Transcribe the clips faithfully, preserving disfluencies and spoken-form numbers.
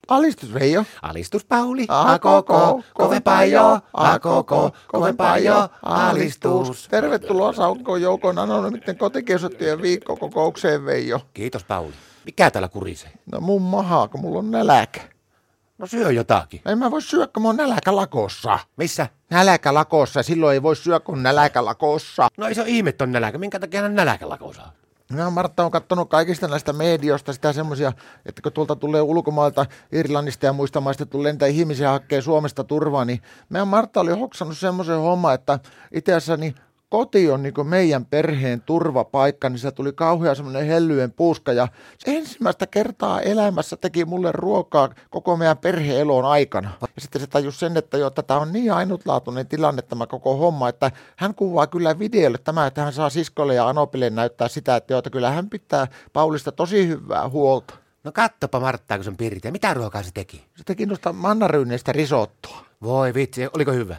Alistus Veijo. Alistus Pauli. A koko, kovempaa jo. A koko, kovempaa jo. Alistus. Tervetuloa Saukkoon joukon anonymitten kotikiusattujen viikkokokoukseen Veijo. Kiitos Pauli. Mikä täällä kurisee? No mun mahaa, kun mulla on nälkä. No syö jotakin. En mä voi syödä, kun mä oon nälkälakossa. Missä? Nälkälakossa, silloin ei voi syödä, kun nälkälakossa. No ei se ole ihme ton nälkä. Minkä takia hän nälkälakossa? No, Martta on katsonut kaikista näistä medioista sitä semmoisia, että kun tuolta tulee ulkomailta, Irlannista ja muista maista tulee lentää ihmisiä hakee Suomesta turvaa, niin meidän Martta oli hoksannut semmoisen homma, että itse asiassa niin koti on niin kuin meidän perheen turvapaikka, niin se tuli kauhean semmoinen hellyen puuska ja se ensimmäistä kertaa elämässä teki mulle ruokaa koko meidän perhe-elon aikana. Ja sitten se tajusi sen, että jo tätä on niin ainutlaatuinen tilanne tämä koko homma, että hän kuvaa kyllä videolle tämä, että hän saa siskolle ja Anopille näyttää sitä, että jo, kyllä hän pitää Paulista tosi hyvää huolta. No kattopa Marttaa, kun se on piritä. Mitä ruokaa se teki? Se teki noista mannaryyneistä risottoa. Voi vitsi, oliko hyvä?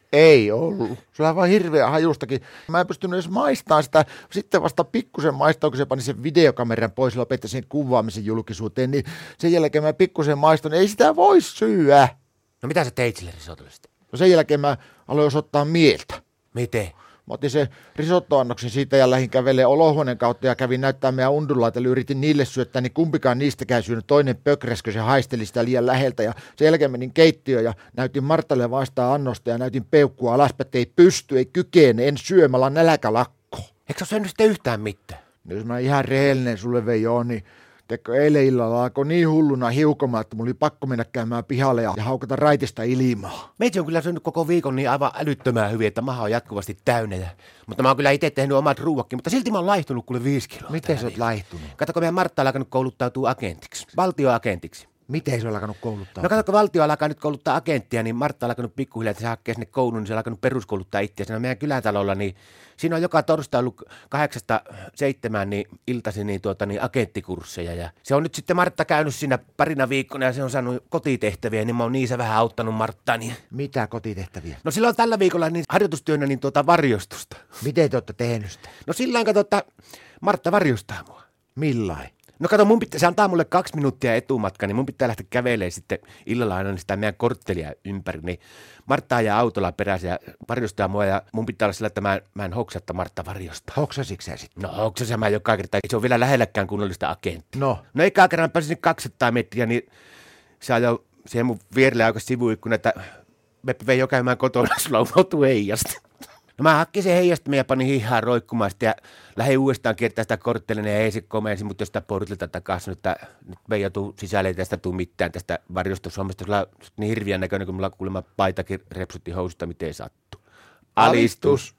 Ei ollut. Se oli vaan hirveä hajustakin. Mä en pystynyt edes maistamaan sitä. Sitten vasta pikkusen maistoon, kun se pani sen videokameran pois ja lopetti sen kuvaamisen julkisuuteen, niin sen jälkeen mä pikkusen maistoin. Ei sitä voi syödä. No mitä sä teit sille risotolle sitten? No sen jälkeen mä aloin osoittaa mieltä. Miten? Mä otin sen risottoannoksen siitä ja lähdin kävelee olohuoneen kautta ja kävin näyttää meidän undulaita, eli yritin niille syöttää, niin kumpikaan niistäkään syönyt. Toinen pökräskö, se haisteli sitä liian läheltä ja sen jälkeen menin keittiöön ja näytin Martalle vastaan annosta ja näytin peukkua alaspäin, että ei pysty, ei kykene, en syö, mä ollaan nälkälakko. Eikö sä syönyt sitten yhtään mitään? No, jos mä ihan rehellinen sulle Veijo, niin teko eilen illalla alkoi niin hulluna hiukomaan, että mulla oli pakko mennä käymään pihalle ja haukata raitista ilmaa. Meitsi on kyllä syönyt koko viikon niin aivan älyttömän hyvin, että maha on jatkuvasti täynnä. Ja, mutta mä oon kyllä itse tehnyt omat ruuakin, mutta silti mä oon laihtunut kuule viisi kiloa. Miten sä oot laihtunut? Kato, kun meidän Martta on alkanut kouluttautua agentiksi, valtioagentiksi. Miten se on alkanut kouluttaa? No kato, kun valtio alkaa nyt kouluttaa agenttia, niin Martta on alkanut pikkuhiljaa, että se hakee sinne kouluun, niin se on alkanut peruskouluttaa itseänsä. No meidän kylätalolla, niin siinä on joka torstai ollut kahdeksasta seitsemään niin iltaisin niin, tuota, niin agenttikursseja. Ja se on nyt sitten Martta käynyt siinä parina viikkona ja se on saanut kotitehtäviä, niin mä oon niissä vähän auttanut Marttaa. Niin... Mitä kotitehtäviä? No silloin tällä viikolla niin harjoitustyönä niin tuota varjostusta. Miten te olette tehnyt sitä? No silloin kato, että Martta varjostaa mua. Millain? No kato, mun pitää, se antaa mulle kaksi minuuttia etumatka, niin mun pitää lähteä kävelemään sitten illalla aina sitä meidän korttelia ympäri. Niin Martta ajaa autolla perässä ja varjostaa mua ja mun pitää olla sillä, että mä, mä en hoksa, että Martta varjostaa. Hoksasitko sä sitten? No hoksasin mä joka kerta. Ei se on vielä lähelläkään kunnollista agenttia. No? No eikä kerran pääsin kaksisataa metriä, niin se ajoi siihen mun vierelle aika sivuikkuna, että me vei jo käymään kotona, sulla unohtui heijasta. No mä hakkin sen heijastamia ja panin hihaan roikkumaan ja lähdin uudestaan kiertämään sitä korttelina ja ei se komensi, mutta jos sitä portilta takaisin, että nyt Veijo tuu sisälle, ei tästä tuu mitään tästä varjostushommasta. Sulla on niin hirviän näköinen, kun mulla kuulemma paitakin repsutti housusta, miten sattuu. Alistus!